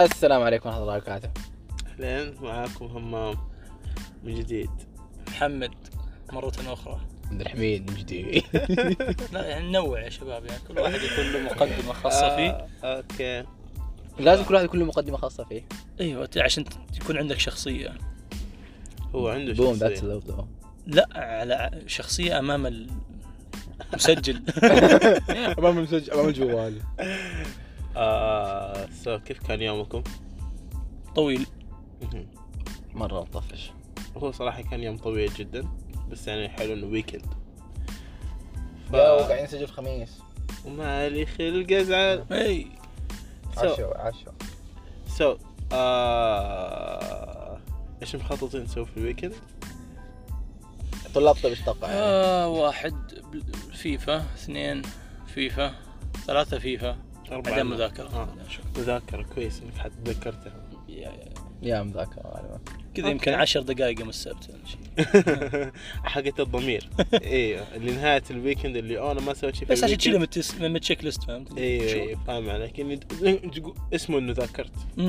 السلام عليكم ورحمة الله وبركاته. أهلين، معاكم همام من جديد. محمد مرة أخرى. عبد الحميد من جديد. لا يعني ننوع يا شباب، يعني كل واحد يكون له مقدمة خاصة فيه. أوكي. لازم كل واحد يكون له مقدمة خاصة فيه. أيوة عشان يكون عندك شخصية. هو عنده بوم شخصية. ذاتس love though. لا، على شخصية أمام المسجل. أمام المسجل، أمام الجوال. كيف كان يومكم؟ طويل. مرة مطفش. هو صراحة كان يوم طويل جدا، بس يعني حلو إنه ويكند. لا وقاعدين نسجل في خميس. وما لي خلق أزعل. أي. عشو. إيش مخططين تسوي في الويكند؟ طلاب طب اشتاق يعني. 1 فيفا، 2 فيفا، 3 فيفا، 4 بعدين مذاكرة. مذاكرة كويس إنك حتذكرتها. يا مذاكرة غالبا. كذا يمكن 10 دقائق يوم السبت ولا شيء. حقت الضمير. ايوه اللي نهاية الويكند اللي انا ما سويت شيء في بس عشان الويكند. تشيله من التشيك ليست، فهمت؟ ايوه فاهم عليك، اني اسمه انه ذاكرت.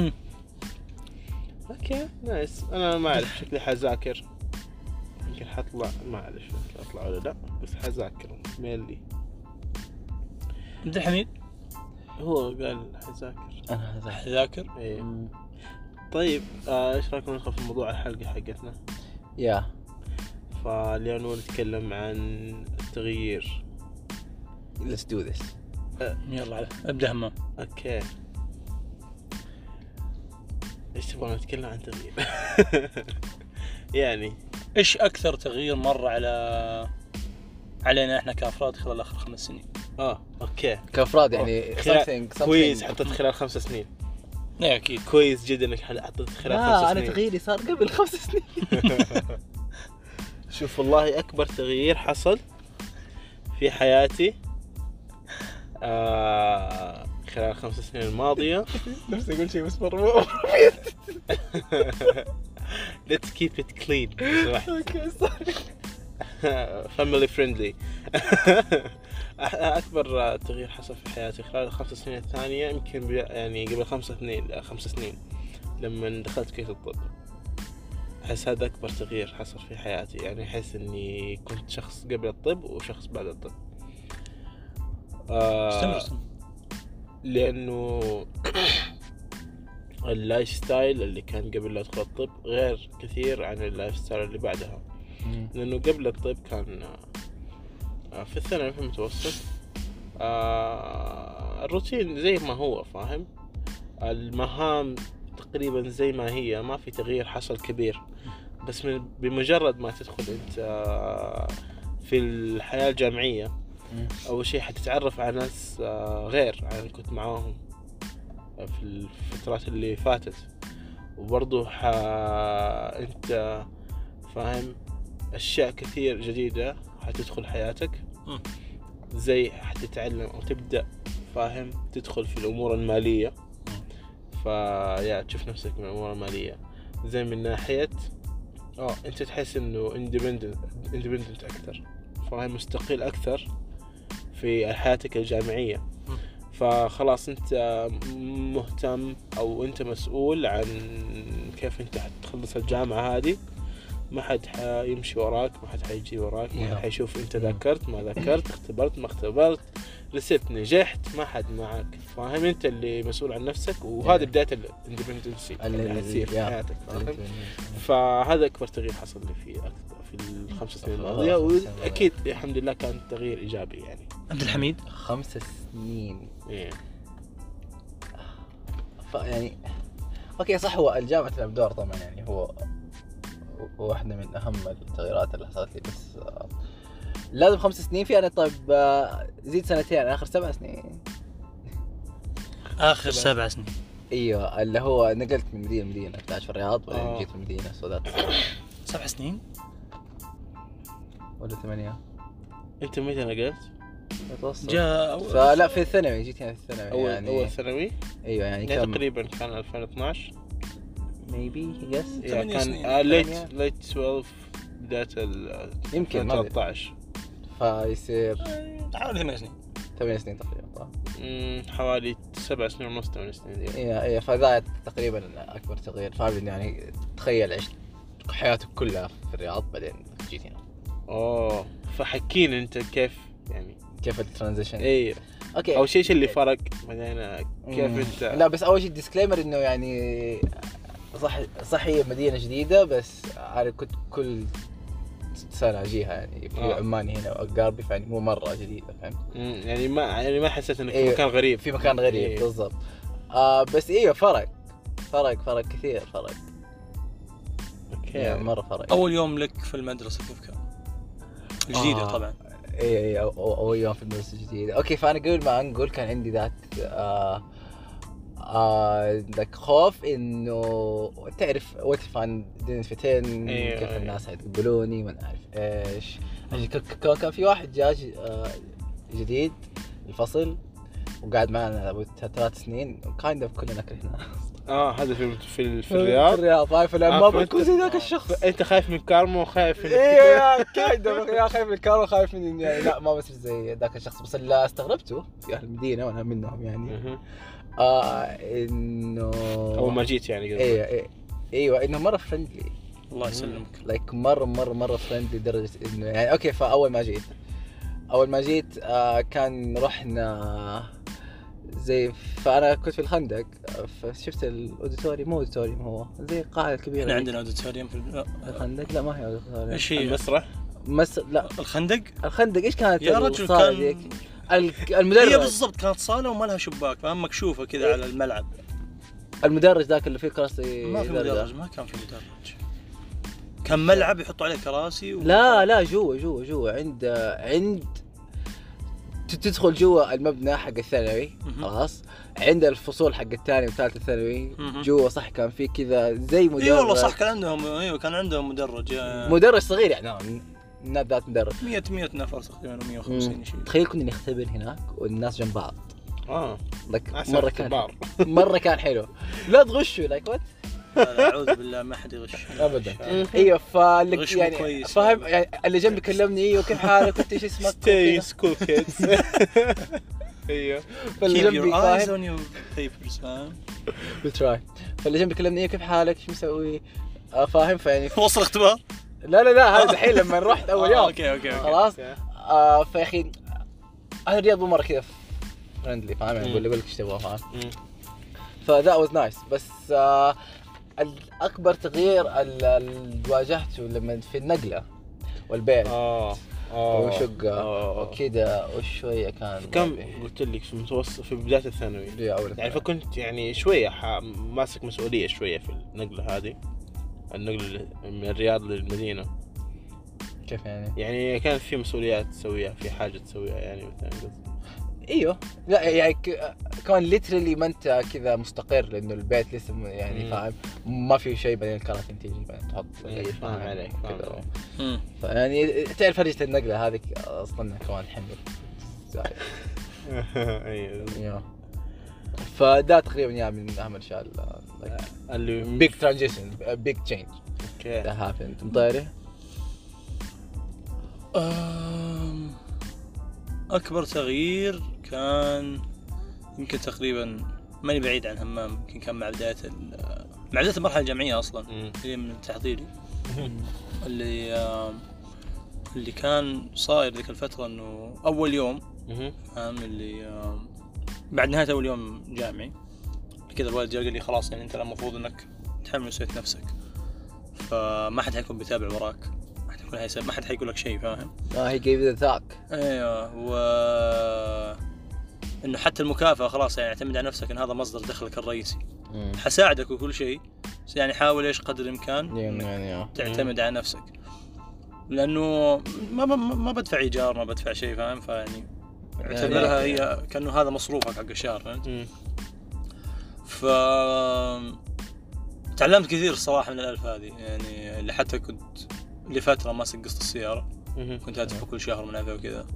اوكي نايس. انا ما اعرف شكلي حذاكر، يمكن حطلع، ما اعرف اطلع ولا لا، بس حذاكر ميلي. عبد الحميد هو قال حذاكر. أنا هذا. ذاكر. ايه طيب، ايش رايكم ندخل في موضوع الحلقة حقتنا؟ يا. فاليوم نتكلم عن التغيير. Let's do this. يلا ابدأ همام. اوكي، ايش تبغى نتكلم عن تغيير؟ يعني ايش اكثر تغيير مر علينا احنا كافراد خلال اخر 5 سنين؟ اوكي كأفراد يعني something. كويس حطيت خلال 5 سنين. لا اكيد كويس جدا انك حطيت خلال 5 سنين. أنا تغييري صار قبل 5 سنين. شوف والله اكبر تغيير حصل في حياتي خلال 5 سنين الماضية. نفسي أقول شيء بس مرة. Let's keep it clean. أوكي sorry. family friendly. أكبر تغيير حصل في حياتي خلال 5 سنين الثانية يمكن يعني قبل 5 سنين لما دخلت كلية الطب. أحس هذا أكبر تغيير حصل في حياتي، يعني أحس إني كنت شخص قبل الطب وشخص بعد الطب. استمر. لأنه اللايف ستايل اللي كان قبل لا أدخل الطب غير كثير عن اللايف ستايل اللي بعدها. لأنه قبل الطب كان في الثانوي في المتوسط الروتين زي ما هو، فاهم؟ المهام تقريبا زي ما هي، ما في تغيير حصل كبير. بس بمجرد ما تدخل أنت في الحياة الجامعية، أول شيء حتتعرف على ناس غير عن اللي كنت معاهم في الفترات اللي فاتت، وبرضو أنت فاهم أشياء كثير جديدة حتدخل حياتك. زي حتتعلم أو تبدأ فاهم تدخل في الأمور المالية. فيا تشوف نفسك من الأمور المالية زي من ناحية أنت تحس إنه independent أكثر، فاهم، مستقل أكثر في حياتك الجامعية. فخلاص أنت مهتم أو أنت مسؤول عن كيف أنت حتخلص الجامعة هذه. ما حد حيمشي وراك، ما حد حيجي وراك، ما حد حيشوف أنت ذاكرت ما ذاكرت، اختبرت ما اختبرت، رسبت نجحت، ما حد معك، فاهم؟ أنت اللي مسؤول عن نفسك، وهذا بداية الاندبندنسي اللي حتصير في حياتك، فاهم؟ فهذا أكبر تغيير حصل لي في ال5 سنين الماضية، وأكيد الحمد لله كان تغيير إيجابي يعني. عبد الحميد 5 سنين. يعني اوكي صح، هو الجامعة تلعب دور طبعا، يعني هو واحدة من أهم التغييرات اللي حصلت لي. بس لازم 5 سنين في أنا. طيب زيد 2 سنين، آخر 7 سنين. آخر 7 سنين. أيوة، اللي هو نقلت من مدينة كنت عايش في الرياض، بعدين جيت في المدينة السوداء. 7 سنين ولا 8. أنت متى نقلت؟ فلا في الثانوي، جيت هنا في الثانوي يعني أول ثانوي. أيوة يعني تقريبا كان 2012 maybe yes. كان late 12 بداية يمكن 13. فيصير حوالي 8 سنين. 8 سنين تقريبا. حوالي 7 سنين ونص 8 سنين دي. ايه فذا تقريبا اكبر تغيير. فاهم يعني تخيل عشت حياتك كلها في الرياض بعدين جيت هنا. فحكينا انت كيف يعني كيف الترانزيشن. ايه اوكي او شيء اللي فرق بعدين كيف انت. لا بس اول شيء ديسكليمر انه يعني صح هي مدينه جديده، بس انا كنت كل سنه اجيها يعني في عمان هنا واقاربي، فيعني مو مره جديده فهمت. يعني ما حسيت انك في مكان غريب. في مكان غريب بالضبط. بس فرق كثير فرق. اوكي يعني مره فرق. اول يوم لك في المدرسه كيف كان؟ الجديده طبعا. اي اول يوم في المدرسه الجديده. اوكي فانا قبل ما نقول كان عندي ذاك ذاك خوف انه تعرف وات فان فتين كيف الناس يتقبلوني ما نعرف ايش. كان في واحد جاء جديد الفصل وقاعد معنا 3 سنين كايند كلنا كرهناه. هذا في الرياض. في الرياض فانا ما بكون زي ذاك الشخص. انت خايف من كارمو وخايف من كايند يا خايف من الكارمو خايف من يعني لا ما بصير زي ذاك الشخص. بس اللي استغربته في اهل المدينه وانا منهم يعني انه اول ما جيت يعني ايوه انه مره فرندلي. الله يسلمك. لايك مره فرندلي لدرجه انه يعني اوكي فاول ما جيت كان رحنا زي فانا كنت في الخندق فشفت الاوديتوريوم مو اوديتوريوم هو زي قاعه كبيره. احنا عندنا اوديتوريوم في الخندق. لا ما هي اوديتوريوم. ايش هي؟ المسرح لا الخندق ايش كانت يا رجل؟ كان المدرج هي بالضبط كانت صاله وما لها شباك فاهم مكشوفه كذا على الملعب. المدرج ذاك اللي فيه كراسي. ما في مدرج. ما كان في مدرج. كان ملعب يحطوا عليه كراسي لا جوا عند تدخل جوا المبنى حق الثانوي خلاص. عند الفصول حق الثاني والثالث الثانوي جوا صح كان في كذا زي مدرج. والله صح كان عندهم مدرج صغير يعني ذات مدرج 100 نفر تقريبا 150 شيء. تخيل كنا نختبر هناك والناس جنب بعض. لك مرة كان حلو. لا تغشوا لايك وات. لا اعوذ بالله ما حد يغش ابدا. ايوه فاللي يعني فاهم يعني اللي جنبي كلمني وكيف حالك وانت ايش اسمك ستي سكول كيدز. ايوه فاللي جنبي فاهم بتراي. فاللي جنبي كلمني كيف حالك ايش مسوي فاهم فيعني وصل اختبار. لا هذا الحين لما رحت اول يوم. اوكي خلاص. فيا اخي اهل الرياض مو مره كذا فرندلي فاهم يعني اقول لك ايش تبغى فاهم. فذا واز نايس. بس الأكبر تغيير اللي واجهته لما في النقلة والبيت وشقة وكذا وشوية كم قلت لك في متوسط في بداية الثانوي يعني فكنت يعني شوية ماسك مسؤولية شوية في النقلة هذه النقل من الرياض للمدينة. كيف يعني؟ يعني كان في مسؤوليات تسويها في حاجة تسويها يعني مثلا ايوه لا يعني كان ليترلي ما انت كذا مستقر لانه البيت لسه يعني فاهم ما في شيء بعدين الكراتين تيجي بعدين تحط فاهم عليك كذا. فيعني تعرف فرجة النقلة هذه اصلا كمان حمل زايد. ايوه فده تقريبا يعني من اهم الاشياء اللي بيج ترانزيشن بيج تشينج ده هابند. مطيري أكبر تغيير كان يمكن تقريبا ماني بعيد عن همام. يمكن كان مع بداية المرحلة الجامعية أصلا اللي من تحضيري اللي كان صاير ذيك الفترة إنه أول يوم فاهم اللي بعد نهاية أول يوم جامعي كذا الوالد جاء قال لي خلاص يعني أنت المفروض إنك تحمل مسؤولية نفسك فما حد حيكون بيتابع وراك ما حد حيقول لك شيء فاهم. هي gave you the talk. ايوه انه حتى المكافأة خلاص يعني اعتمد على نفسك ان هذا مصدر دخلك الرئيسي. حساعدك وكل شيء بس يعني حاول ايش قدر الامكان يعني تعتمد على نفسك لانه ما بدفع ايجار ما بدفع شيء فاهم فيعني اعتبرها هي كانه هذا مصروفك حق الشهر فهمت. تعلمت كثير الصراحة من الألف هذه يعني اللي حتى كنت لفترة ماسك قسط السيارة كنت أدفع كل شهر من هذا وكذا.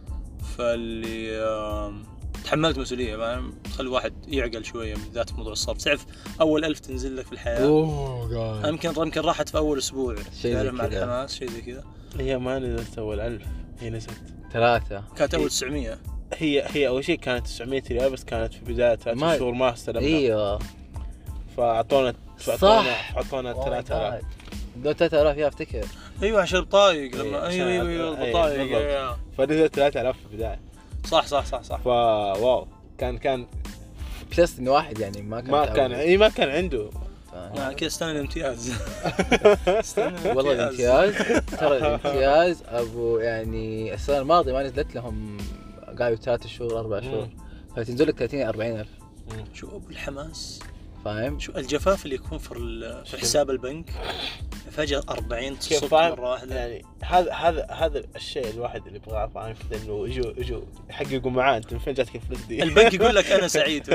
فاللي تحملت مسؤولية فاهم تخلي واحد يعقل شوية بالذات في موضوع الصرف. تعرف أول 1000 تنزل لك في الحياة يمكن راحت في أول أسبوع تعرف مع الحماس شيء زي كذا. هي ما نزلت أول 1000 هي نزلت 3 كانت أول 900 هي اول شيء كانت 900 ريال بس كانت في بدايه 3 شهور ما استلمنا. ايوه فاعطونا صح. 3000 دول 3000 يا افتكر. ايوه عشان البطايق لما ايوه البطايق فنزل 3000 في البدايه. صح فواو كان بلس انه واحد يعني ما كان عنده كذا استنى الامتياز. والله الامتياز ترى الامتياز ابو يعني السنه الماضيه ما نزلت لهم قالوا 3 شهور 4 شهور فتنزل لك 30-40 ألف. شو ابو الحماس فاهم؟ شو الجفاف اللي يكون في حساب البنك فجأة 40 تصب مرة واحدة. يعني هذا الشيء الواحد اللي يبغاه فاهم انه يجوا يحققوا معاه انت من فين جاتك الفلوس دي. البنك يقول لك انا سعيد.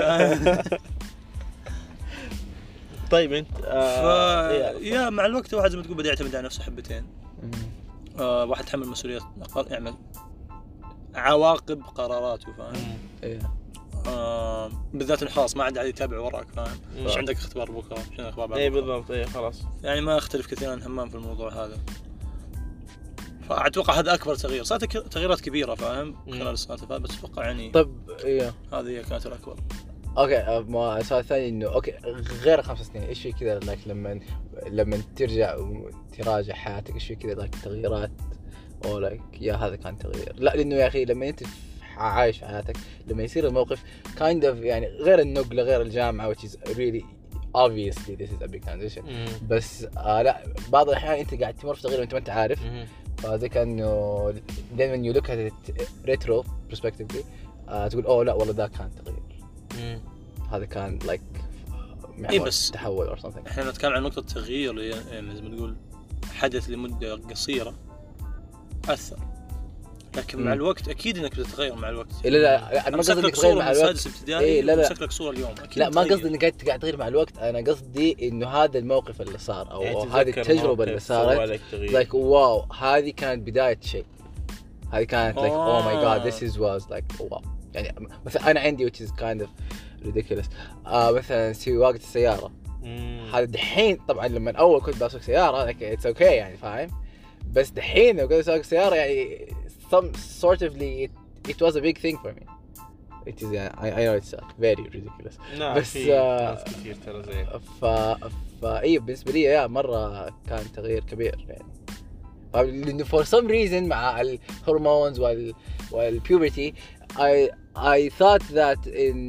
طيب انت يا مع الوقت واحد زي ما تقول بدا يعتمد على نفسه حبتين. واحد تحمل مسؤولية يعمل عواقب قراراته فاهم. ايه بالذات انه خلاص ما عاد يتابع وراك فاهم. ايش عندك اختبار بكره ايش الاخبار بعد ايه بالضبط. ايه خلاص يعني ما اختلف كثير عن همام في الموضوع هذا. فاتوقع هذا اكبر تغيير. صارت تغييرات كبيره فاهم خلال السنوات اللي فاتت بس اتوقع يعني طب ايه هذه كانت الاكبر. اوكي ما السؤال الثاني انه اوكي غير 5 سنين ايش في كذا لك لما ترجع وتراجع حياتك ايش في كذا لك تغييرات او لك يا هذا كان تغيير؟ لا لانه يا اخي لما انت عايش حياتك لما يصير الموقف kind of يعني غير النقلة غير الجامعة which is really obviously this is a big transition بس لا بعض الأحيان أنت قاعد تمر في تغيير وأنت ما أنت عارف. فهذا كأنه then when you look at it retro prospectively تقول أوه لا والله ذا كان تغيير. هذا كان like بس تحول or something. إحنا نتكلم عن نقطة تغيير يعني زي ما تقول حدث لمدة قصيرة أثر لكن مع الوقت اكيد انك بتتغير مع الوقت. لا انا ما قصدي انك تغير مع الوقت. إيه لا امسك لك صوره اليوم لا ما قصدي انك قاعد تغير مع الوقت. انا قصدي انه هذا الموقف اللي صار او هذه التجربه اللي صارت like واو هذه كانت بدايه شيء. هذه كانت like oh my god this was like wow يعني مثلا انا عندي which is kind of ridiculous مثلا سواقة السياره. هذا دحين طبعا لما اول كنت بسوق سياره like it's okay يعني فاهم بس دحين لو كنت بسوق السياره يعني some sort of it was a big thing for me. It is I know it's very ridiculous. بس كثير ترى زي فايه بالنسبه لي يا مره كان تغيير كبير يعني. لانه for some reason مع الهرمونز والpuberty I thought that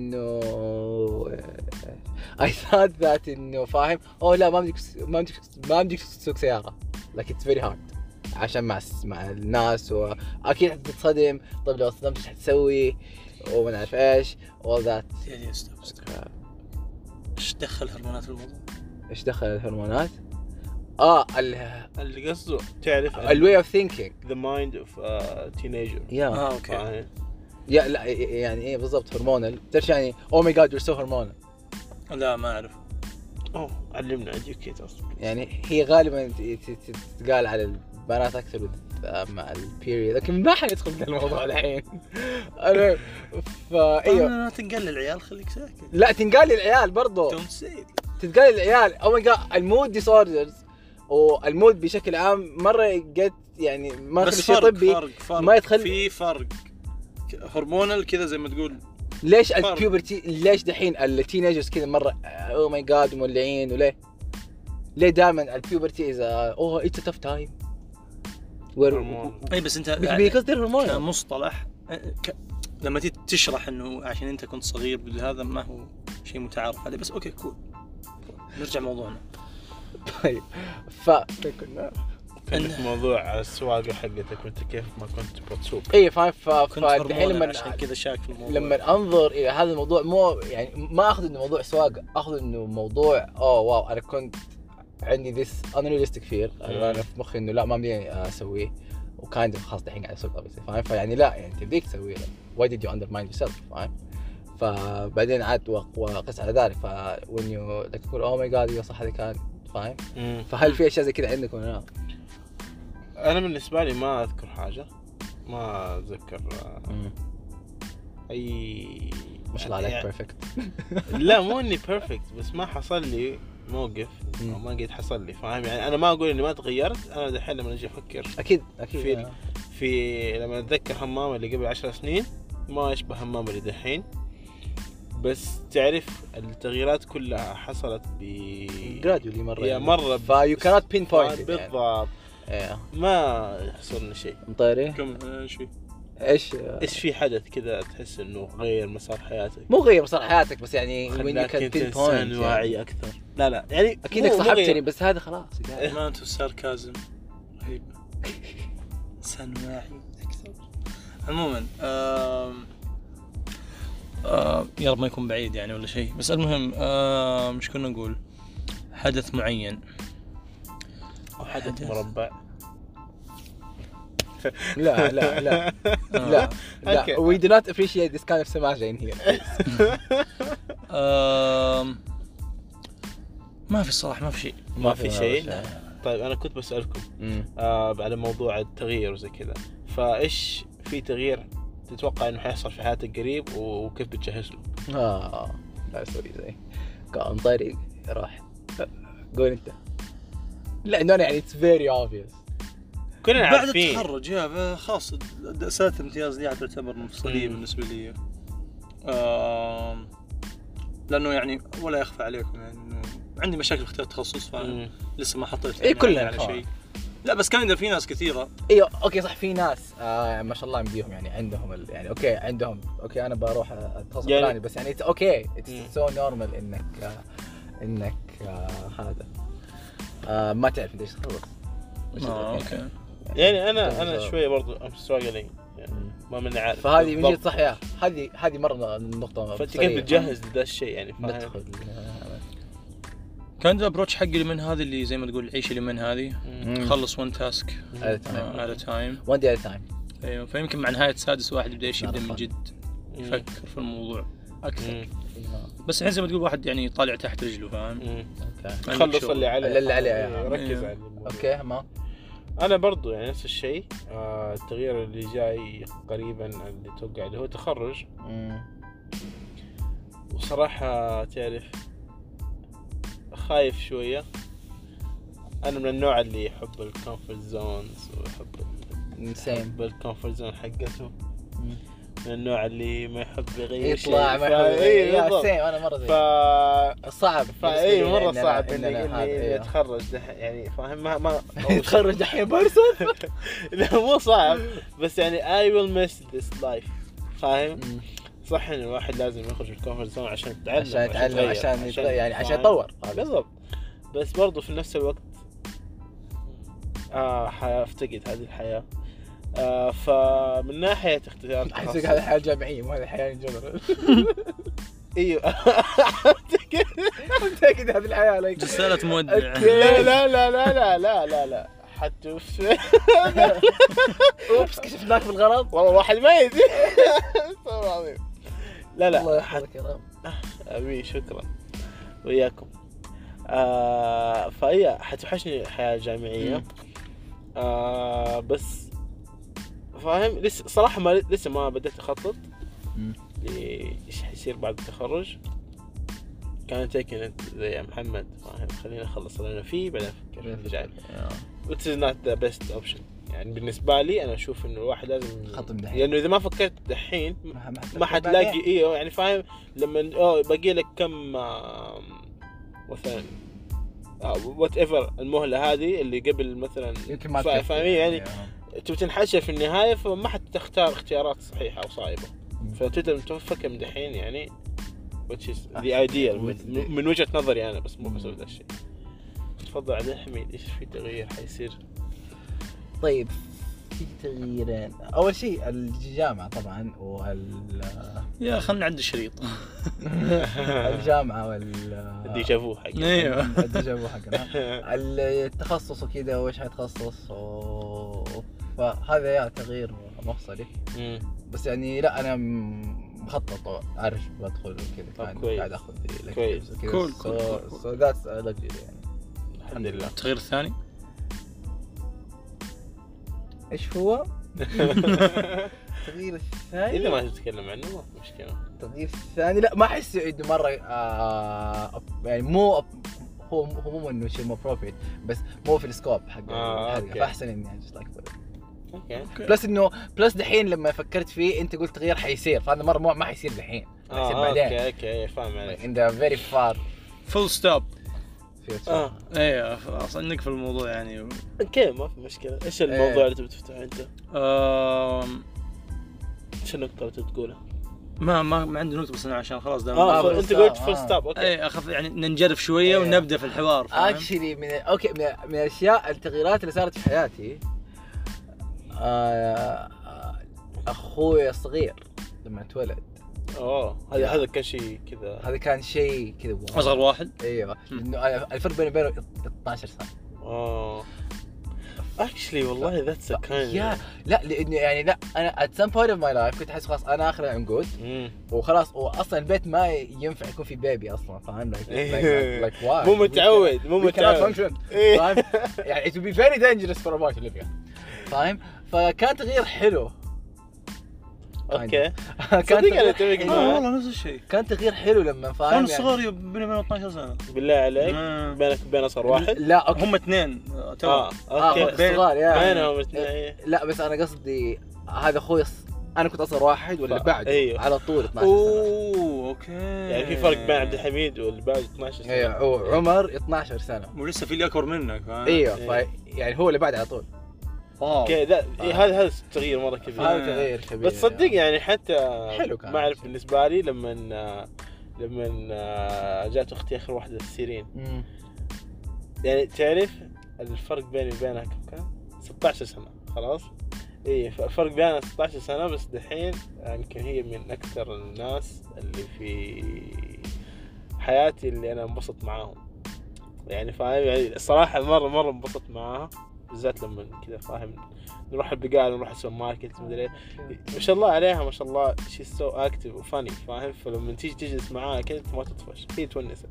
انه فاهم لا ما بدك تسوق سياره like it's very hard عشان مع الناس واكيد حتتصدم. طيب لو صدمت ايش حتسوي وما نعرف ايش all that. يعني ايش دخل الهرمونات في الموضوع؟ ايش دخل الهرمونات؟ اللي قصده تعرف الway of thinking the mind of a teenager. اوكي يا لا يعني ايه بالضبط هرمونال. تعرف يعني oh my god you're so hormonal؟ لا ما اعرف. علمنا educate اصلا يعني هي غالبا تتقال على البنات اكثر مع البيريود لكن ما حندخل في الموضوع الحين. انا ايوه تنقل للعيال خليك ساكت. لا تنقال للعيال برضو تنقال للعيال او ماي جاد المود ديسوردرز والمود بشكل عام مره قد يعني ما في شيء طبي ما يدخل في فرق هرمونال كذا زي ما تقول. ليش البيوبرتي ليش دحين التينيجرز كذا مره او ماي جاد مولعين وليه دائما البيوبرتي اذا اتس ا تف تايم اي بس انت بيقصد الهرمون كمصطلح لما تشرح انه عشان انت كنت صغير هذا ما هو شيء متعارف عليه بس اوكي كول نرجع موضوعنا. طيب كنا موضوع السواقه حقتك وانت كيف ما كنت بتسوق. اي فالحين لما عشان كذا شاك في الموضوع لما انظر الى هذا الموضوع مو يعني ما اخذ انه موضوع سواقه اخذ انه موضوع واو انا كنت عندي this unrealistic fear انا في مخي انه لا ما بدي اسويه وكان خلاص الحين قاعد اسوق فاهم فيعني لا يعني تبيك تسويه why did you undermine yourself فاهم. فبعدين عاد وقس على ذلك when you like تقول oh my god يا صح هذا كان فاهم. فهل في اشياء زي كذا عندك ولا لا؟ انا بالنسبه لي ما اذكر حاجه ما اتذكر اي ما شاء الله عليك بيرفكت. لا مو اني بيرفكت بس ما حصل لي موقف او ما قد حصل لي فاهم يعني. انا ما اقول اني ما تغيرت. انا دحين لما اجي افكر اكيد في لما اتذكر همام اللي قبل 10 سنين ما يشبه همام اللي دحين، بس تعرف التغييرات كلها حصلت جرادولي مرة يا مرة فيو كانت بين بوينت بالضبط. ما يحصلنا شيء. مطيري كم شيء ايش في حدث كذا تحس انه غير مسار حياتك؟ مو غير مسار حياتك بس يعني خلاك انت انسان واعي اكثر. لا يعني اكيد انك صاحبتني بس هذا خلاص ما انتو الساركازم رهيب. انسان واعي اكثر. عموما يا رب ما يكون بعيد يعني ولا شيء، بس المهم مش كنا نقول حدث معين او حدث مربع. لا لا لا لا لا we do not appreciate this kind of smash in here. ما في الصراحة ما في شيء. طيب أنا كنت بسألكم على موضوع التغيير وزي كذا، فإيش في تغيير تتوقع إنه حيحصل في حياتك قريب وكيف بتجهز له؟ لا سوري زي كان طريق راح قول أنت. لا إنه أنا يعني it's very obvious كلنا بعد عارفين التخرج يا خاص سنة امتياز دي تعتبر مفصلية بالنسبة لي. لأنه يعني ولا يخفى عليكم يعني إنه عندي مشاكل في اختيار التخصص، فلسه ما حطيت يعني كلنا على شيء. لا بس كان في ناس كثيرة. ايوه اوكي صح في ناس ما شاء الله يمديهم يعني عندهم يعني اوكي عندهم اوكي انا بروح اتخصص يعني فلاني بس يعني اتس اوكي اتس سو نورمال انك هذا ما تعرف ايش تخلص. اوكي يعني انا شويه برضو ام ستراجلينج يعني ما من عارف. فهذه من جد صح يا هذه مره النقطه. فانت كيف تجهز لذا الشيء يعني فاهم؟ كان ذا ابروتش حقي اللي من هذه اللي زي ما تقول عيش اللي من هذه خلص one task at a time one day at a time. ايوه فيمكن مع نهايه السادس واحد يبدا من جد يفكر في الموضوع اكثر. بس الحين زي ما تقول واحد يعني طالع تحت رجله فاهم. اوكي خلص اللي عليه ركز على اوكي ما انا برضو يعني نفس الشيء. التغيير اللي جاي قريبا اللي توقع اللي هو تخرج. وصراحه تعرف خايف شويه. انا من النوع اللي يحب الكومفورت زونز ويحب الكومفورت زون حقته. من النوع اللي ما يحب يغير شيء يطلع ما يحب انا مره زي صعب مره صعب اني اتخرج يعني فاهم ما يتخرج دحين برسل. لا مو صعب بس يعني I will miss this life فاهم. صح ان الواحد لازم يخرج من الكومفورت زون عشان يتعلم عشان يطور بالضبط. بس برضو في نفس الوقت حافتقد هذه الحياة. فمن ناحية اختيار التخصص هذه الحياة الجامعية مو هذه الحياة الجنرال. ايوه متأكد هذه الحياة لك رسالة مودع. لا حتى اوبس كشفناك بالغلط والله واحد ما يدري. لا الله يحفظك يا رب. امين شكرا وياكم. فهي حتوحشني الحياة الجامعية. بس فاهم لسه صراحة لسه ما بدأت أخطط لإيش حيصير بعد التخرج. كانت هيك زي محمد فاهم خلينا نخلص اللي أنا فيه بعدين أفكر في الجاي. Which is not the best option يعني بالنسبة لي. أنا أشوف إنه الواحد لازم خطم دحين لأنه إذا ما فكرت دحين ما حتلاقي يعني فاهم لما باقي لك كم مثلا whatever المهلة هذه اللي قبل مثلا فاهمين يعني تبي تنحشر في النهاية فما حتختار اختيارات صحيحة أو صائبة. فتقدر تفكر من دحين يعني which is the ideal من وجهة نظري أنا بس مو بسوي ذا الشيء. تفضل عبد الحميد إيش في تغيير حيصير؟ طيب في تغييرين. أول شيء الجامعة طبعا يا خلنا نعد الشريط. الجامعة الديجافو حقنا. ايوه الديجافو حقنا التخصص وكذا وإيش حيتخصص فهذا يا تغيير مفصلي. بس يعني لا أنا مخطط أعرف بدخل وكذا قاعد أخذ كويس كول so that's luxury يعني الحمد لله. التغيير الثاني إيش هو؟ التغيير الثاني إذا ما تتكلم عنه ما في مشكلة. التغيير الثاني لا ما أحس إنه مرة يعني مو هو مو إنه شيء مو بروفيت بس مو في السكوب حقه. فأحسن إني just like اوكي بلس دحين لما فكرت فيه انت قلت تغيير حيصير، فهذا مره ما حيصير دحين، حيصير بعدين. اوكي فاهم عليك. in the very far فول ستوب. ايه خلاص انك في الموضوع يعني. اوكي ما في مشكله. ايش الموضوع اللي تبي تفتحه انت؟ ايش النقطه اللي تقولها؟ ما عندي نقطة، بس أنا عشان خلاص دام انت قلت فول ستوب. اوكي اي اخاف يعني ننجرف شوية ونبدأ في الحوار. اكشلي من الاشياء التغييرات اللي صارت في حياتي، اخوي الصغير لما اتولد. هذا كان شيء كذا. هذا كان شيء كذا اصغر واحد. ايوه لانه الفرق بيني وبينه 12 سنة. اكشلي والله ذاتس كايند. لا لانه يعني لا انا at some point of my life كنت احس خلاص انا اخر عنقود وخلاص، واصلا البيت ما ينفع يكون في بيبي اصلا، فاهم؟ like why مو متعود فاهم يعني it would be very dangerous for a boy to live here، فاهم؟ فكان تغيير حلو. اوكي صدق انا اتفق معك والله نفس الشيء. كان تغيير حلو لما فاهم كان صغار بيني وبين 12 سنة. بالله عليك بينك وبين اصغر واحد؟ لا هم اثنين اوكي صغار بينهم اثنين. لا بس انا قصدي هذا اخوي انا كنت اصغر واحد واللي بعده على طول 12 سنة. اوكي يعني في فرق بين عبد الحميد واللي بعده 12 سنة. ايوه عمر 12 سنة ولسه في اللي اكبر منك. ايوه يعني هو اللي بعده على طول. اوكي لا هذا التغيير مره كبير. هذا تغيير كبير بس صدق يعني حتى حلو كان. ما اعرف بالنسبه لي لما جات اختي اخر واحده سيرين يعني تعرف الفرق بيني وبينها كم كان 16 سنه خلاص. الفرق بيننا 16 سنه، بس دحين يمكن هي من اكثر الناس اللي في حياتي اللي انا انبسط معاهم يعني، فاهم؟ يعني الصراحه مره انبسط معاها، بالذات لما كذا فاهم نروح البقال ونروح السوبر ماركت مدري ما شاء الله عليها ما شاء الله شي سو اكتف وفاني، فاهم؟ فلما تيجي تجلس معاها كذا ما تطفش، هي تونسك.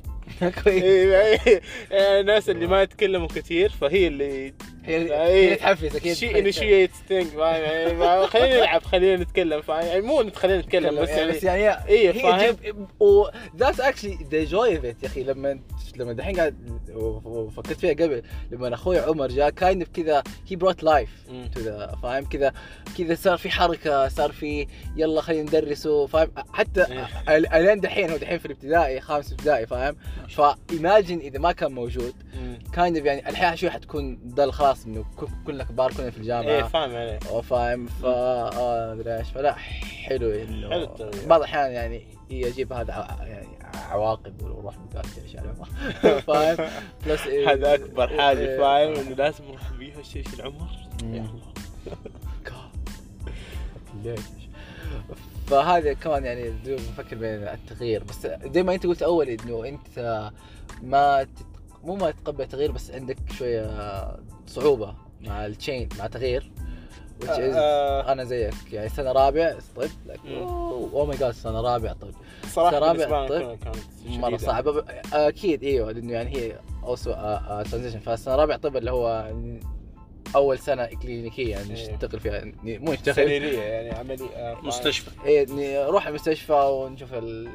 الناس اللي ما يتكلموا كثير فهي اللي هي تحفز اكيد، شي انيشيت ثينك، فاهم؟ يعني خلينا نلعب خلينا نتكلم، فاهم؟ يعني مو خلينا نتكلم بس يعني ايه فاهم. وذاتس اكشلي ذا جوي اوف ات يا اخي. لما دحين قاعد وفكرت فيها قبل، لما اخوي عمر جاء كايند كذا هي بروت لايف تو ذا، فاهم؟ كذا صار في حركه، صار في يلا خلينا ندرسه، فاهم؟ حتى الان دحين هو دحين في الابتدائي 5 ابتدائي، فاهم؟ فايماجن اذا ما كان موجود كايند يعني الحياه شوي حتكون ضل خلاص انه كلنا كبار كلنا في الجامعه. ايه فاهم عليك فاهم. ادري ايش، فلا حلو انه بعض الاحيان يعني يجيب هذا يعني عواقب وروح بقالتي اشياء فاهم. بلس هذا اكبر حاجه، فاهم؟ انه لازم نروح بيها الشيء في العمر. يا الله ليش. فهذا كمان يعني بفكر بين التغيير، بس زي ما انت قلت اول انه انت مو ما تتقبل التغيير، بس عندك شويه صعوبه مع التشين مع تغيير which is انا زيك يعني سنه رابع طب اوه ماي جاد سنه رابع طب صراحه بالنسبه لي كانت مره صعبه اكيد. ايوه لانه يعني هي اوسو ترانزيشن، فالسنه رابع طب اللي هو اول سنه كلينيكيه يعني نشتغل فيها، مو نشتغل سريريه يعني عمليه مستشفى. ايه نروح المستشفى ونشوف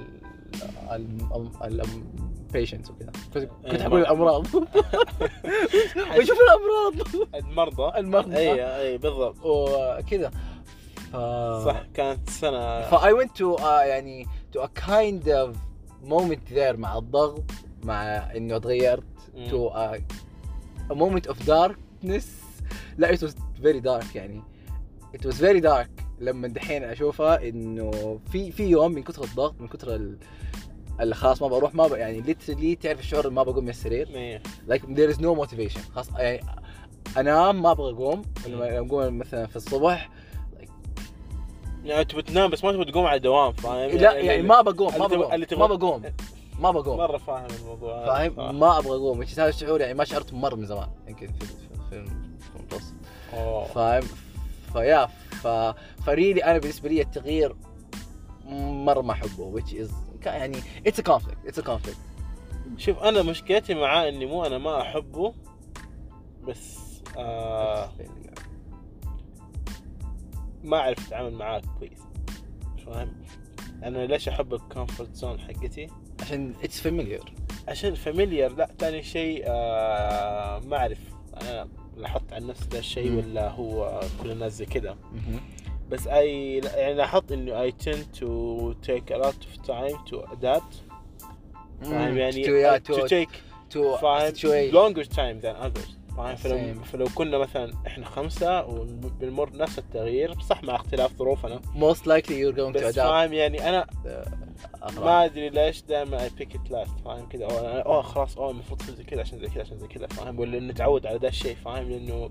patients وكذا. كنت حقول الامراض وشوف الامراض المرضى اي بالضبط وكذا. صح كانت سنه I went to يعني to a kind of moment there مع الضغط، مع انه تغيرت to a moment of darkness. لا it was very dark يعني it was very dark لما دحين اشوفها انه في يوم من كثر الضغط من كثر اللي خلاص ما بروح ما يعني literally تعرف الشعور ما بقوم من السرير like there is no motivation خلاص يعني انام ما ابغى اقوم. لما اقوم مثلا في الصبح يعني تبي تنام بس ما تبي تقوم على الدوام، فاهم؟ لا يعني ما بقوم مره فاهم الموضوع فاهم. ما ابغى اقوم، هذا الشعور يعني ما شعرت مره من زمان يمكن في المتوسط فاهم. فيا فريلي انا بالنسبه لي التغيير مره ما احبه which is يعني it's a conflict. شوف انا مشكلتي معاه اني مو انا ما احبه بس ما اعرف اتعامل معاه كويس، فاهم؟ انا ليش احب الكومفورت زون حقتي؟ عشان it's familiar. لا ثاني شيء ما اعرف انا لاحظت عن نفسي ذا الشيء ولا هو كل الناس زي كذا. بس يعني لاحظت إنه I tend to take a lot of time to adapt. فاهم يعني to take longer time than others. فلو كنا مثلا احنا 5 وبنمر نفس التغيير صح مع اختلاف ظروفنا most likely you're going to adapt. فاهم يعني انا ما ادري ليش دائما I pick it last فاهم كذا او خلاص المفروض زي كذا عشان زي كذا فاهم ولا نتعود على ذا الشيء فاهم لانه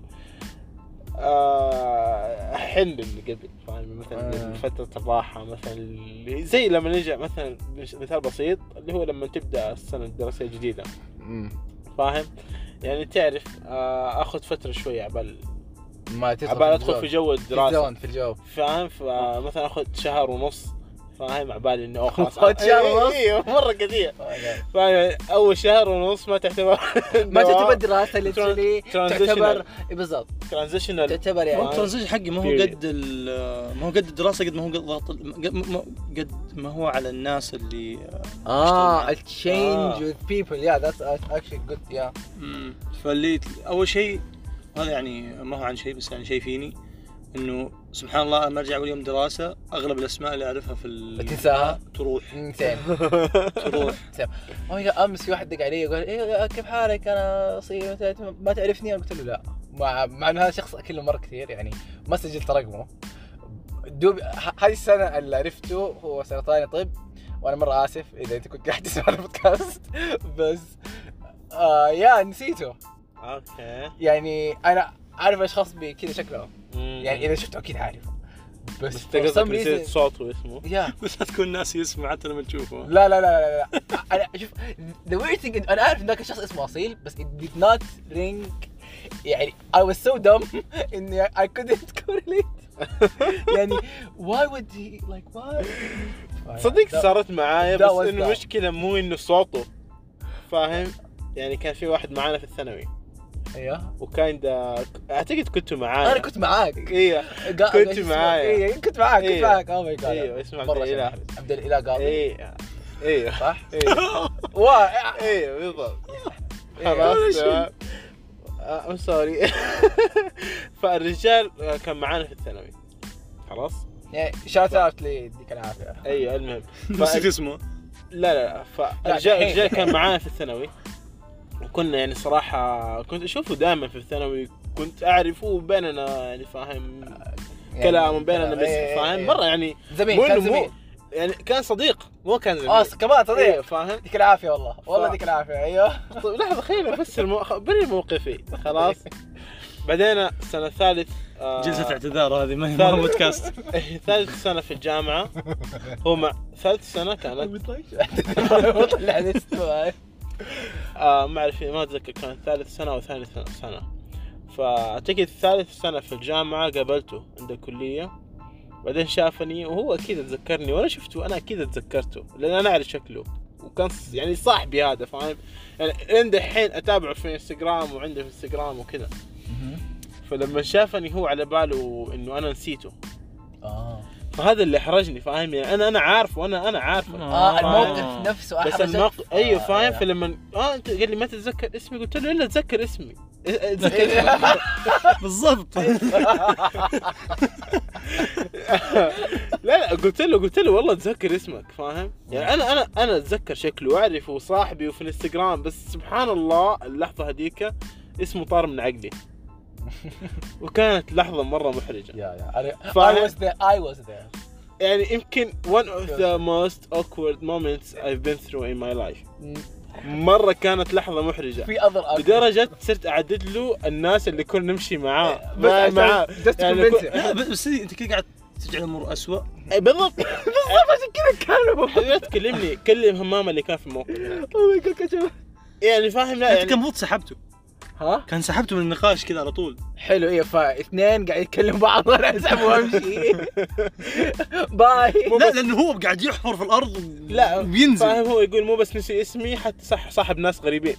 احن اللي قبل فاهم مثلا فترة الراحة مثلا زي لما نرجع مثلا مثال بسيط اللي هو لما تبدأ السنة الدراسية الجديدة فاهم يعني تعرف اخذ فترة شوية عبال ادخل في جو الدراسة في الجو فاهم فمثلا اخذ شهر ونص فاهم عبالي انه خلاص شهر ونص مرة كثير فاهم اول شهر ونص ما تعتبر دراسة اللي تعتبر بالضبط ترانزيشنال تعتبر يعني الترانزيشن حقي ما هو قد الدراسة قد ما هو قد ما هو على الناس اللي التشينج with people that's actually good فاللي اول شيء هذا يعني ما هو عن شيء بس يعني شيء فيني انه سبحان الله لما ارجع اول يوم دراسه اغلب الاسماء اللي اعرفها في تنساها تروح تروح امس في واحد دق علي يقول كيف حالك انا صير ما تعرفني انا قلت له لا مع انه هذا شخص اكله مره كثير يعني ما سجلت رقمه دوب هذه السنه اللي عرفته هو سرطاني طب وانا مره اسف اذا انت كنت قاعد تسمع البودكاست بس نسيته اوكي يعني انا عارف اشخاص بكذا شكلهم يعني اذا شفته اكيد عارفه بس تقدر نسيت صوته واسمه بس هتكون ناسي اسمه حتى لما تشوفه لا انا شوف the weird thing انا عارف ان ذاك الشخص اسمه اصيل بس it did not ring يعني I was so dumb اني I couldn't correlate يعني why would he like why صدق صارت معايا بس انه المشكله مو انه صوته فاهم يعني كان في واحد معانا في الثانوي وكان اعتقد كنتوا معايا انا كنت معاك كنت معايا كنت معاك او ماي جاد اسمه عبد الاله قاضي صح بالضبط خلاص I'm sorry فالرجال كان معانا في الثانوي خلاص يعني شات اوت لي يديك العافيه المهم نسيت اسمه لا فالرجال كان معانا في الثانوي وكنا يعني صراحة كنت أشوفه دائما في الثانوي كنت أعرفه بيننا يعني فاهم كلام بيننا بس فاهم مرة يعني زميل يعني كان صديق مو كان زميل كمان صديق فاهم ديك العافية والله ديك العافية طيب لحظة خليني أفسر بري موقفي خلاص بعدين السنة الثالث جلسة اعتذار هذه ما هو بودكاست ثالث سنة في الجامعة هو مع ثالث سنة كانت طلع نسمع ما أعرف ما أتذكر كان ثالث سنة أو ثالث سنة فأعتقد ثالث سنة في الجامعة قابلته عند الكلية بعدين شافني وهو أكيد أتذكرني وأنا شفته أنا أكيد أتذكرته لأن أنا أعرف شكله وكان يعني صاحبي هذا فاهم يعني عند الحين أتابعه في انستغرام وعنده في انستغرام وكذا فلما شافني هو على باله إنه أنا نسيته فهذا اللي حرجني فاهم يعني انا عارف وانا عارف الموقف نفسه بس الموقف ايوه فاهم فلما انت قال لي ما تتذكر اسمي قلت له الا اتذكر اسمي بالضبط لا قلت له والله اتذكر اسمك فاهم يعني انا اتذكر شكله واعرفه وصاحبي وفي الانستغرام بس سبحان الله اللحظه هذيك اسمه طار من عقلي وكانت لحظة مرة محرجة. I was there. يعني يمكن one of the most awkward moments I've been through in my life. مرة كانت لحظة محرجة. لدرجة صرت أعدد له الناس اللي كنا نمشي معاه. معاه. يعني بس أنت كده قاعد تجعل الأمور أسوأ. بالضبط. عشان كذا كانوا. حبيبي تكلمني كلم همام اللي كان في الموقف. Oh my God يعني فاهم لا يعني. أنت كم فوت سحبته؟ كان سحبته من النقاش كذا على طول. حلو ايه فاثنين قاعد يتكلموا بعض وانا اسحبه وامشي باي لا لانه هو قاعد يحفر في الارض لا بينزل فاهم هو يقول مو بس نسي اسمي حتى صاحب ناس غريبين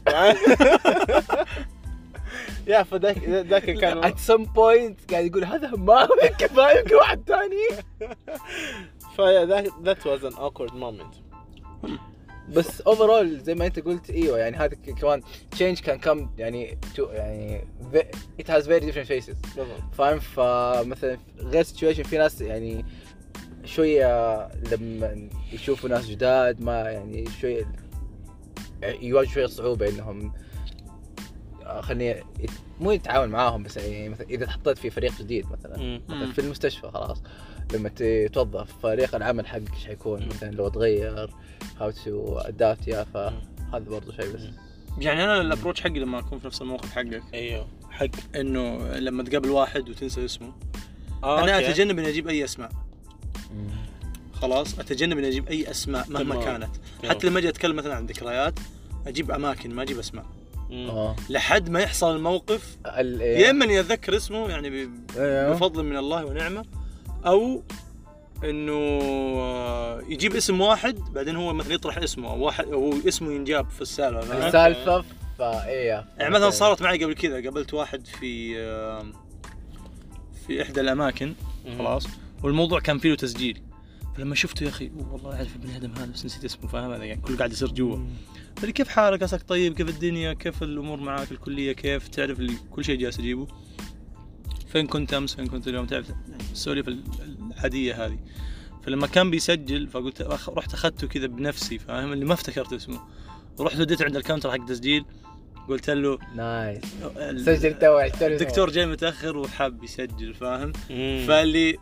يا فذاك كان at some point قاعد يقول هذا همام كفايه يمكن واحد ثاني that was an awkward moment بس اوفرول زي ما انت قلت ايوه يعني هذا كمان change can come يعني يعني it has very different faces فاهم. فمثلا غير situation في ناس يعني شويه لما يشوفوا ناس جداد ما يعني شويه يواجهوا شويه صعوبه انهم خلني مو يتعاون معاهم بس يعني مثلا اذا تحطيت في فريق جديد مثلا في المستشفى خلاص لما تتوظف فريق العمل حقك ايش حيكون مثلا لو تغير how to adapt يا فهذا برضو شيء. بس يعني انا الابروتش حقي لما اكون في نفس الموقف حقك ايوه حق انه لما تقابل واحد وتنسى اسمه انا اتجنب اني اجيب اي اسماء خلاص اتجنب اني اجيب اي اسماء مهما كانت حتى لما اجي اتكلم مثلا عن ذكريات اجيب اماكن ما اجيب اسماء لحد ما يحصل الموقف يا اما اني اتذكر اسمه يعني بفضل من الله ونعمه او انه يجيب اسم واحد بعدين هو مثلا يطرح اسمه او واحد هو اسمه ينجاب في السالفه فايه يعني مثلا صارت معي قبل كذا قابلت واحد في احدى الاماكن خلاص والموضوع كان فيه له تسجيل فلما شفته يا اخي والله اعرف ابن ادم هذا بس نسيت اسمه فاهم هذا يعني كله قاعد يصير جوا قال لي كيف حالك عساك طيب كيف الدنيا كيف الامور معاك الكليه كيف تعرف كل شيء جالس اجيبه فين كنت امس فين كنت اليوم تعرف السواليف العاديه هذه. فلما كان بيسجل فقلت رحت اخذته كذا بنفسي فاهم اللي ما افتكرت اسمه ورحت وديته عند الكاونتر حق تسجيل قلت له نايس سجل تو الدكتور جاي متاخر وحاب يسجل فاهم فاللي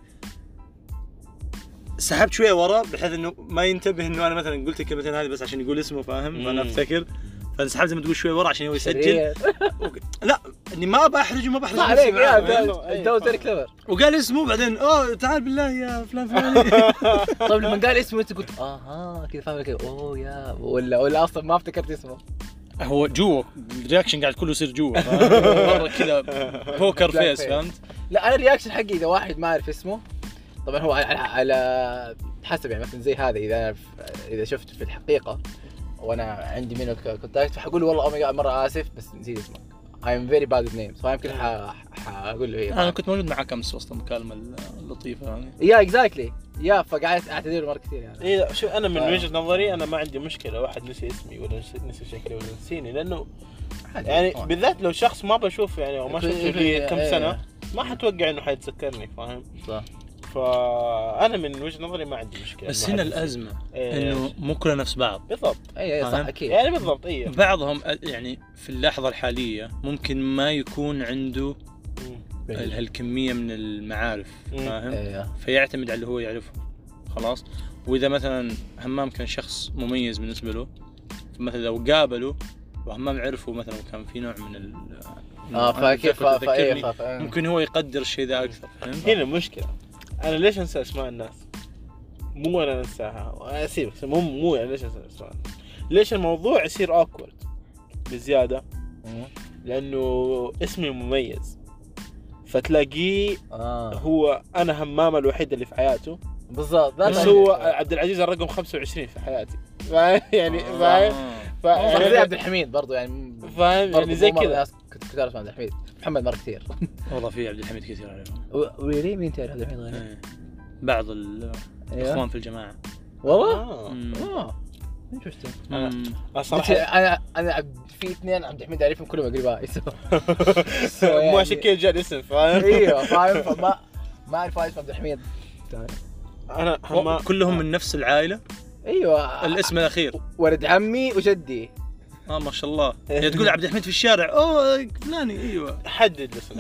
سحبت شويه ورا بحيث انه ما ينتبه انه انا مثلا قلت الكلمتين هذه بس عشان يقول اسمه فاهم فانا افتكر فانسحبت زي ما تقول شوي ورا عشان هو يسجل لا اني ما بحرج وما بحرج عليك يا انت وزير كليفر وقال اسمه بعدين تعال بالله يا فلان فلاني طيب لما قال اسمه انت قلت كذا فاهم كذا يا ولا اصلا ما افتكرت اسمه هو جوا الرياكشن قاعد كله يصير جوا مره كذا بوكر فيس فهمت. لا انا الرياكشن حقي اذا واحد ما اعرف اسمه طبعا هو على حسب يعني مثلا زي هذا اذا شفت في الحقيقه وانا عندي منه كونتاكت فحقول له والله اوميجا مره اسف بس نسيت اسمك I'm very bad with names فيمكن حقول له انا كنت موجود معك امس وسط المكالمه اللطيفه يعني يا اكزاكتلي يا فقعدت اعتذر مره كثير يعني ايه شوف انا من وجهه نظري انا ما عندي مشكله واحد نسي اسمي ولا نسي شكلي ولا نسيني لانه يعني بالذات لو شخص ما بشوف يعني او ما شفته لي كم سنه ما حتوقع انه حيتذكرني فاهم صح. فانا من وجهه نظري ما عندي مشكله بس هنا الازمه انه مو كلنا نفس بعض بالضبط اي صح اكيد يعني بالضبط اي بعضهم يعني في اللحظه الحاليه ممكن ما يكون عنده هالكميه من المعارف فاهم فيعتمد على اللي هو يعرفه خلاص. واذا مثلا همام كان شخص مميز بالنسبه له مثلا لو قابله وهمام عرفه مثلا كان في نوع من فكيف ممكن هو يقدر الشيء ذا اكثر فاهم. هنا المشكله انا ليش انسى اسماء الناس مو انا انساها اسيبك مو يعني ليش انسى اسماء ليش الموضوع يصير اوكورد بزياده لانه اسمي مميز فتلاقيه هو انا همام الوحيد اللي في حياته بالضبط بس هو عبد العزيز الرقم 25 في حياتي يعني فاهم زي عبد الحميد برضو يعني فاهم يعني زي كذا كنت عارف عبد الحميد محمد مره كثير والله في عبد الحميد كثير عليهم ويلي مين تعرف عبد الحميد غيره بعض الاخوان في الجماعه والله انت شفتوا صراحه انا في اثنين عبد الحميد اعرفهم كلهم اقرباء مو عشان كذا جاء الاسم فاهم ايوه فاهم فما اعرف عبد الحميد انا كلهم من نفس العائله ايوه الاسم الاخير ولد عمي وجدي ما شاء الله يعني تقول عبد الحميد في الشارع فلاني ايوه حدد الاسم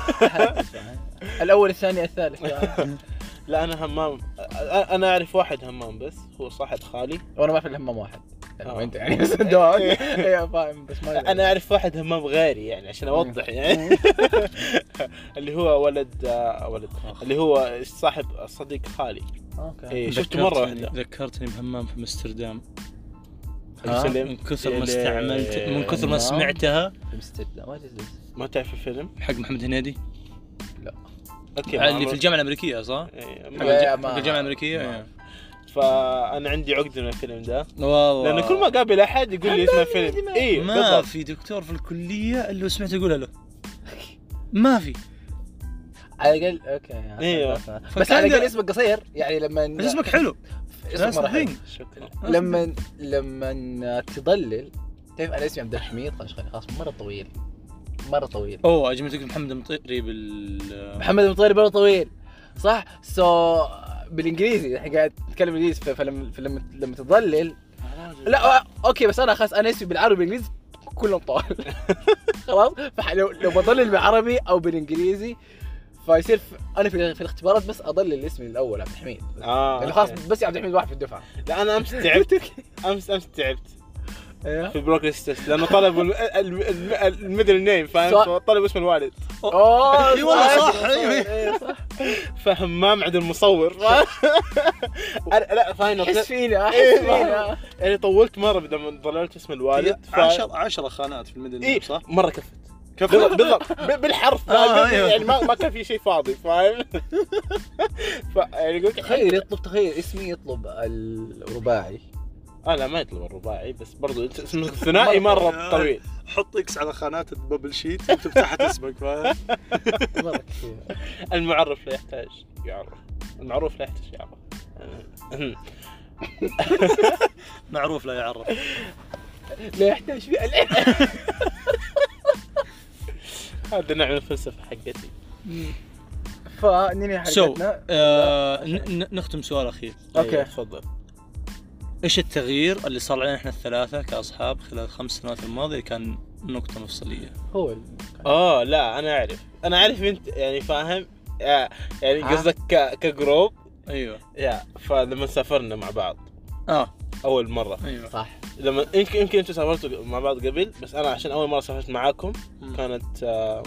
الاول الثاني الثالث لا انا همام انا اعرف واحد همام بس هو صاحب خالي وانا ما اعرف الهمام واحد انت يعني بس الدواء ايوه فاهم بس ما انا اعرف واحد همام غيري يعني عشان اوضح يعني اللي هو ولد اللي هو صاحب صديق خالي اوكي شفته مره واحده ذكرتني بهمام في امستردام من كثر ما استعملت من كثر ما سمعتها في امستردام ما تعرف الفيلم حق محمد هنيدي لا اوكي اللي في الجامعه الامريكيه صح الجامعه الامريكيه فانا عندي عقده من الفيلم ده والله لانه كل ما قابل احد يقول لي اسم الفيلم ما بالضبط. في دكتور في الكليه اللي سمعت يقولها له ما في على الاقل اوكي ايوه. بس على الاقل اسمك قصير يعني لما اسمك حلو. اسمك مرة حلو. شكرا. لما تضلل تعرف انا اسمي عبد الحميد خلاص مرة طويل مرة طويل. اوه اجي تقول محمد المطيري محمد المطيري مرة طويل صح. بالانجليزي الحين قاعد اتكلم انجليزي فلما تضلل لا اوكي بس انا خلاص انا اسمي بالعربي بالانجليزي كلهم طوال خلاص. لو بضلل بالعربي او بالانجليزي فيصير انا في الاختبارات بس اضلل الاسم الاول عبد الحميد يعني خلاص بس عبد الحميد واحد في الدفعه. لا انا امس تعبت امس تعبت في بروكليس تيست لانه طلبوا الميدل نيم فاهم طلبوا اسم الوالد. اي والله صح. ايوه صح فهمام عند المصور لا فاهم احس فينا يعني طولت مره لما ضللت اسم الوالد 10 خانات في الميدل نيم صح مره كفت بالضبط بالحرف يعني ما كان في شيء فاضي فاهم. يعني قلت تخيل اسمي يطلب الرباعي. لا ما يطلب الرباعي بس برضو اسمه الثنائي مرة طويل. حط اكس على خانات البابل شيت وتكتب تحت اسمك فاهم. مرة كثير. المعرف لا يحتاج يعرف المعروف لا يحتاج يعرف. معروف لا يعرف لا يحتاج في هذا نوع من الفلسفة حقتي. فننهي حلقتنا. نختم سؤال أخير. أوكي تفضل. إيش التغيير اللي صار علينا إحنا الثلاثة كأصحاب خلال 5 سنوات الماضية كان نقطة مفصلية؟ هو لا أنا أعرف أنت يعني فاهم يعني قصدك كجروب. أيوة فلما سافرنا مع بعض أول مرة. أيوة صح. لما يمكن أنتوا سافرتوا مع بعض قبل بس أنا عشان أول مرة سافرت معاكم كانت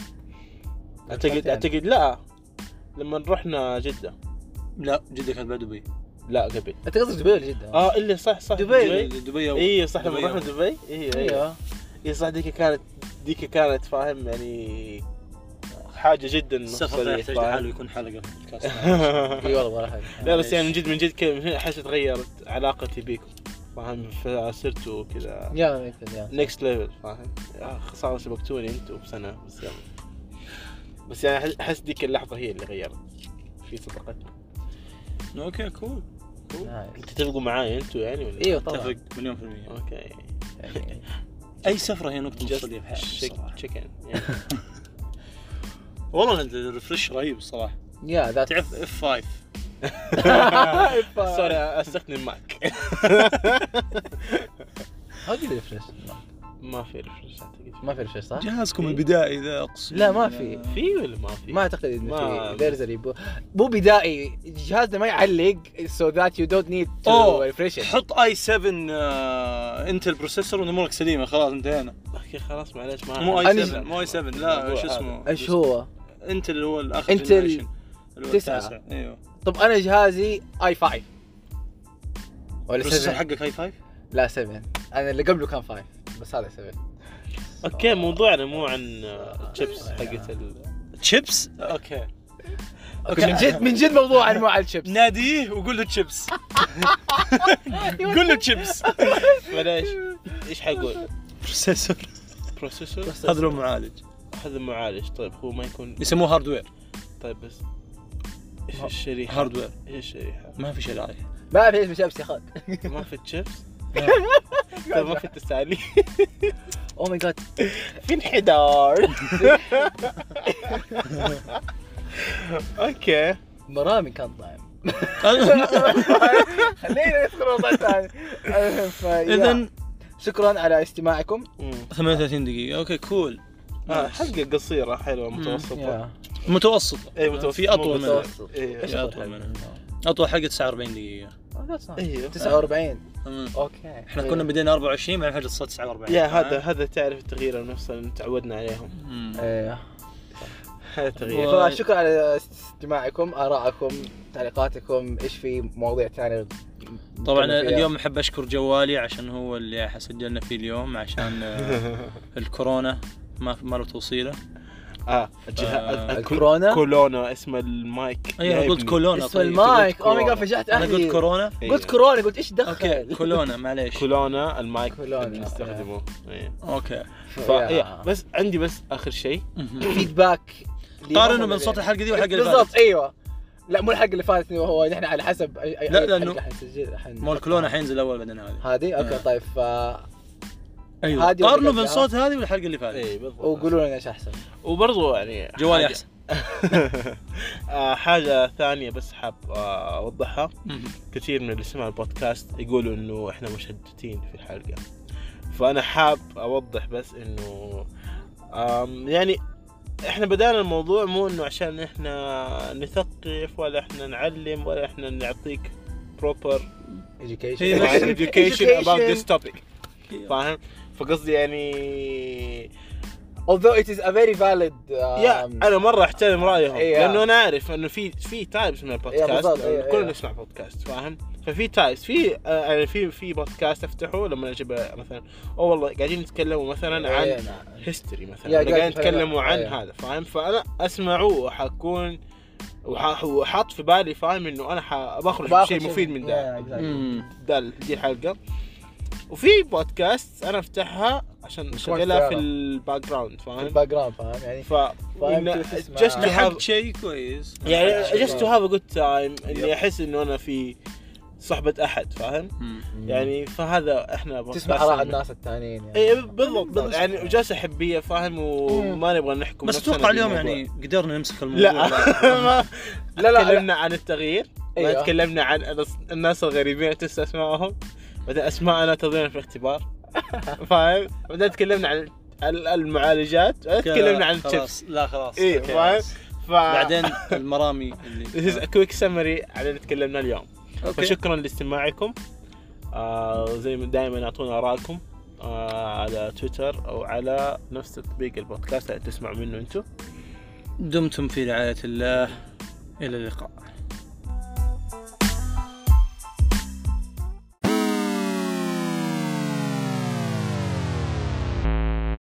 أعتقد لا لما رحنا جدة. لا جدة كانت بعد دبي. لا قبل. أنت قصدك دبي ولا جدة؟ اللي صح دبي إيه صح لما رحنا دبي. إيه صح ديك كانت فاهم يعني حاجة جدا السفر يحتاج لحاله يكون حلقة في البودكاست. إيه والله حاجة. لا بس يعني من جد كذا أحس تغيرت علاقتي بيكم فاهم فصرتوا كذا يا next level فاهم. خسارة سبقتوني أنتوا بسنة بس يعني أحس ديك اللحظة هي اللي غيرت في صداقتنا. اوكي كول تتفقوا معاي انتوا يعني ولا؟ ايوه طبعا اتفق مليون في المية. اوكي يعني اي سفرة هي نقطة مفصلية في حياتي تشيكن والله الريفرش رهيب الصراحة. تعرف F5 سوري استخدم ماك. هذه الريفرش ما في ريفرش اعتقد. ما في ريفرش صح؟ جهازكم البدائي ذا اقصد. لا ما في ولا ما في؟ ما اعتقد انه في ديرزري مو بدائي جهازنا ما يعلق so that you don't need to refresh it. حط i7 انتل بروسيسور ونمرك سليمة خلاص انتهينا. اوكي خلاص معليش مو i7 لا شو اسمه ايش هو؟ انتل اللي هو الاخر انتل 9. ايوه طب انا جهازي i5 ولا 7 7 حقك i5؟ لا 7 انا اللي قبله كان 5 بس هذا 7. اوكي موضوعنا مو عن الشيبس حقت الشيبس. اوكي من جد موضوع انواع على الشيبس. ناديه وقول له تشيبس. قول له تشيبس. معليش ايش حقول؟ بروسيسور هذا له معالج. طيب هو ما يكون يسموه هاردوير. طيب بس ايش الشريحه؟ هاردوير. ايش الشريحه؟ ما في شريحه. ما في اسم شيبس يا اخي. ما في تشيبس. طيب ما في تسالي. اوه ماي جاد في انحدار. اوكي مرامي كان طعم. خلينا ندخل موضوع ثاني. اذا شكرا على استماعكم. 38 دقيقة. اوكي كول. حلقة قصيرة حلوة متوسطة. اي متوسط. في اطول منها. ايش اطول منها؟ اطول حلقة 49 دقيقة. ايوه 49. اوكي احنا كنا بدينا 24 بعدين فجأة صارت 49. يا هذا تعرف التغيير النفسي اللي تعودنا عليهم. ايوه هذا التغيير. فشكرا على استماعكم، آراءكم، تعليقاتكم، ايش في مواضيع ثانية. طبعا اليوم احب اشكر جوالي عشان هو اللي سجلنا فيه اليوم عشان الكورونا ما له توصيله. كورونا اسم المايك. ايوه قلت كورونا. اسم المايك. او ماي جاد فجأت انا قلت كورونا. قلت كورونا قلت ايش دخل. اوكي كورونا معليش. كورونا المايك اللي نستخدمه. اوكي بس عندي اخر شيء فيدباك قارنوا من صوت الحلقه دي والحلقه اللي فاتت. بالضبط ايوه. لا مو الحلقه اللي فاتت، هو نحن على حسب اي لا لانه حنسجل مول كلونا حينزل الاول بعدين هذه اوكي طيب ايوه قارنوا من صوت هذه والحلقه اللي فاتت. اي بالضبط. وقولوا لنا ايش احسن. وبرضو يعني جوالي احسن. حاجة ثانية بس حاب أوضحها. كثير من اللي سمعوا البودكاست يقولوا إنه إحنا مشتتين في الحلقة، فأنا حاب أوضح بس إنه يعني إحنا بدأنا الموضوع مو إنه عشان إحنا نثقف ولا إحنا نعلم ولا إحنا نعطيك proper education about this topic. فاهم؟ فقصدي يعني although it is a very valid انا مره احترم رايهم لانه انا عارف انه في تايبس من البودكاست كلنا نسمع بودكاست فاهم. ففي تايبس يعني في بودكاست افتحه لما اجيب مثلا والله قاعدين نتكلموا مثلا عن هيستوري مثلا قاعدين نتكلموا عن هذا فاهم. فانا اسمعه وحكون وحاط في بالي فاهم انه انا بخرج بشيء مفيد من ده دي الحلقه. وفي بودكاست انا افتحها عشان اشغلها في الباك جراوند فاهم. الباك جراوند فاهم يعني جست لحق شيء كويس يعني جست تو هاف ا جود تايم اني احس انه انا في صحبة احد فاهم. يعني فهذا احنا تسمع اراء الناس الثانيين يعني. اي بالضبط يعني جلسة حبية فاهم وما نبغى نحكم. بس اتوقع اليوم يعني قدرنا نمسك الموضوع. لا تكلمنا عن التغيير ما تكلمنا عن الناس الغريبين تسمعهم بعدين اسماءنا تظن في اختبار فاهم. بعدين تكلمنا عن المعالجات تكلمنا عن الشيبس. لا خلاص ايه فاهم. بعدين المرامي اللي كويك سمري على اللي تكلمنا اليوم. فشكرا لاستماعكم. زي ما دائما اعطونا آراءكم على تويتر او على نفس تطبيق البودكاست اللي تسمعوا منه انتم. دمتم في رعاية الله. الى اللقاء.